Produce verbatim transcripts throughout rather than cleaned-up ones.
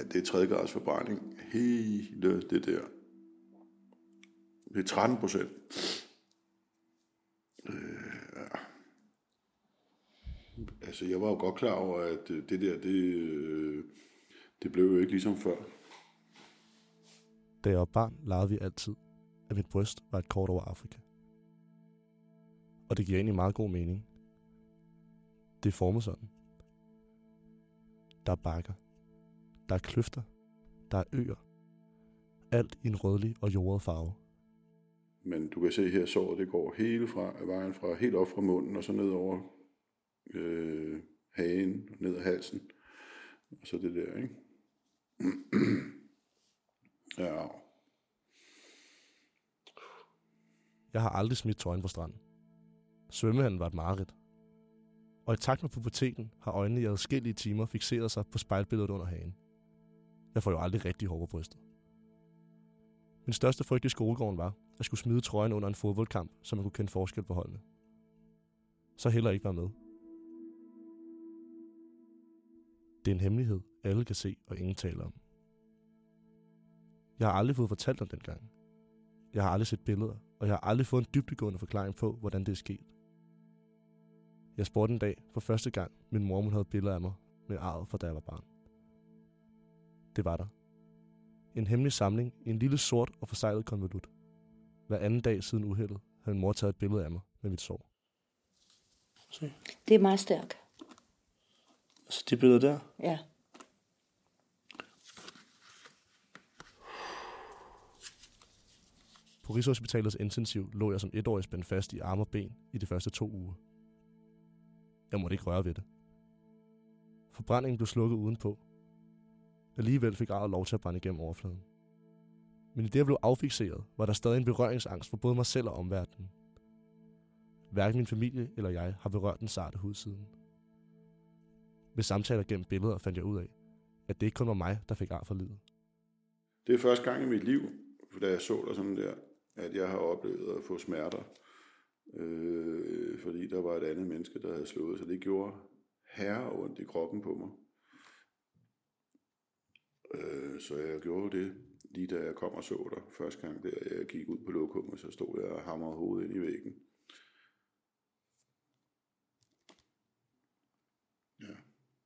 at det er tredje grads forbrænding. Hele det der. Det er tretten procent. Øh, ja. Altså, jeg var jo godt klar over, at det der, det, øh, det blev jo ikke ligesom før. Da jeg var barn, legede vi altid, at mit bryst var et kort over Afrika. Og det giver egentlig meget god mening. Det er formet sådan. Der er bakker. Der er kløfter. Der er øer. Alt i en rødlig og jordet farve. Men du kan se her, såret det går hele fra vejen fra helt op fra munden og så ned over øh, hagen og ned ad halsen. Og så det der, ikke? Ja. Jeg har aldrig smidt tøjen på stranden. Svømmehallen var et mareridt. Og i takt med puberteten har øjnene i adskillige timer fikseret sig på spejlbilledet under hagen. Jeg får jo aldrig rigtig hår på brystet. Min største frygt i skolegården var, at jeg skulle smide trøjen under en fodboldkamp, så man kunne kende forskel på holdene. Så heller ikke være med. Det er en hemmelighed, alle kan se og ingen taler om. Jeg har aldrig fået fortalt om den gang. Jeg har aldrig set billeder, og jeg har aldrig fået en dybdegående forklaring på, hvordan det er sket. Jeg spurgte en dag for første gang, min mor hun havde billeder af mig med arret fra da jeg var barn. Det var der. En hemmelig samling i en lille sort og forseglet konvolut. Hver anden dag siden uheldet havde min mor taget et billede af mig med mit sår. Se. Det er meget stærkt. Altså de billeder der? Ja. På Rigshospitalets intensiv lå jeg som etårig spændt fast i arme og ben i de første to uger. Jeg måtte ikke røre ved det. Forbrændingen blev slukket udenpå. Alligevel fik arret lov til at brænde igennem overfladen. Men i det, jeg blev affikseret, var der stadig en berøringsangst for både mig selv og omverdenen. Hverken min familie eller jeg har berørt den sarte hud siden. Ved samtaler gennem billeder fandt jeg ud af, at det ikke kun var mig, der fik ar for livet. Det er første gang i mit liv, da jeg så dig sådan der, at jeg har oplevet at få smerter. Øh, fordi der var et andet menneske, der havde slået, så det gjorde herre ondt i kroppen på mig. Øh, så jeg gjorde det, lige da jeg kom og så dig første gang, der jeg gik ud på lokummet, så stod jeg og hamrede hovedet ind i væggen. Ja.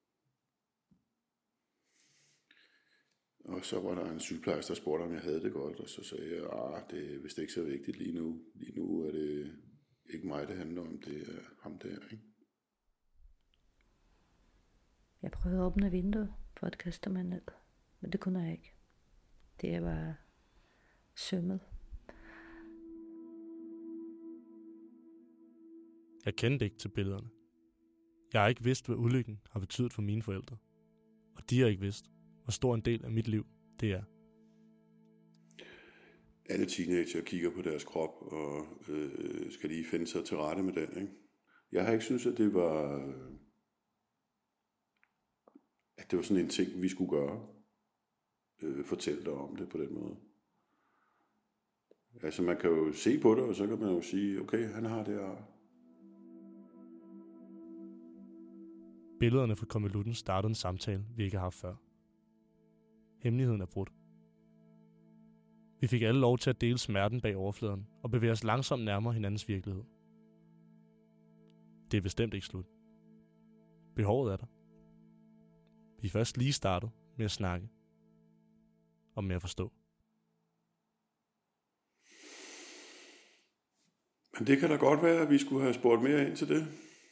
Og så var der en sygeplejerske, der spurgte, om jeg havde det godt, og så sagde jeg, at det er vist ikke så vigtigt lige nu. Lige nu er det ikke mig, det handler om, det er ham der, ikke? Jeg prøvede at åbne vinduet for at kaste mig ned, men det kunne jeg ikke. Det var sømmet. Jeg kendte ikke til billederne. Jeg har ikke vidst, hvad ulykken har betydet for mine forældre. Og de har ikke vidst, hvor stor en del af mit liv det er. Alle teenager kigger på deres krop og øh, skal lige finde sig til rette med den, ikke? Jeg har ikke syntes, at det var at det var sådan en ting, vi skulle gøre. Øh, fortælle dig om det på den måde. Altså man kan jo se på det, og så kan man jo sige, okay, han har det her. Billederne fra konvolutten startede en samtale, vi ikke har haft før. Hemmeligheden er brudt. Vi fik alle lov til at dele smerten bag overfladen og bevæge os langsomt nærmere hinandens virkelighed. Det er bestemt ikke slut. Behovet er der. Vi er først lige startet med at snakke og med at forstå. Men det kan da godt være, at vi skulle have spurgt mere ind til det.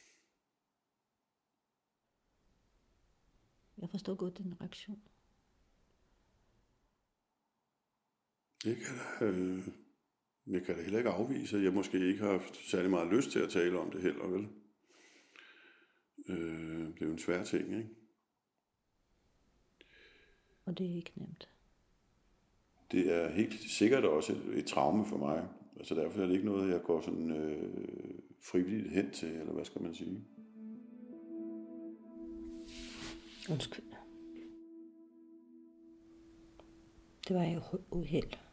Jeg forstår godt din reaktion. Det kan da, øh, jeg kan da heller ikke afvise, at jeg måske ikke har haft særlig meget lyst til at tale om det heller, vel? Øh, det er jo en svær ting, ikke? Og det er ikke nemt. Det er helt sikkert også et, et traume for mig. Altså derfor er det ikke noget, jeg går sådan øh, frivilligt hen til, eller hvad skal man sige? Undskyld. Det var jo uheld.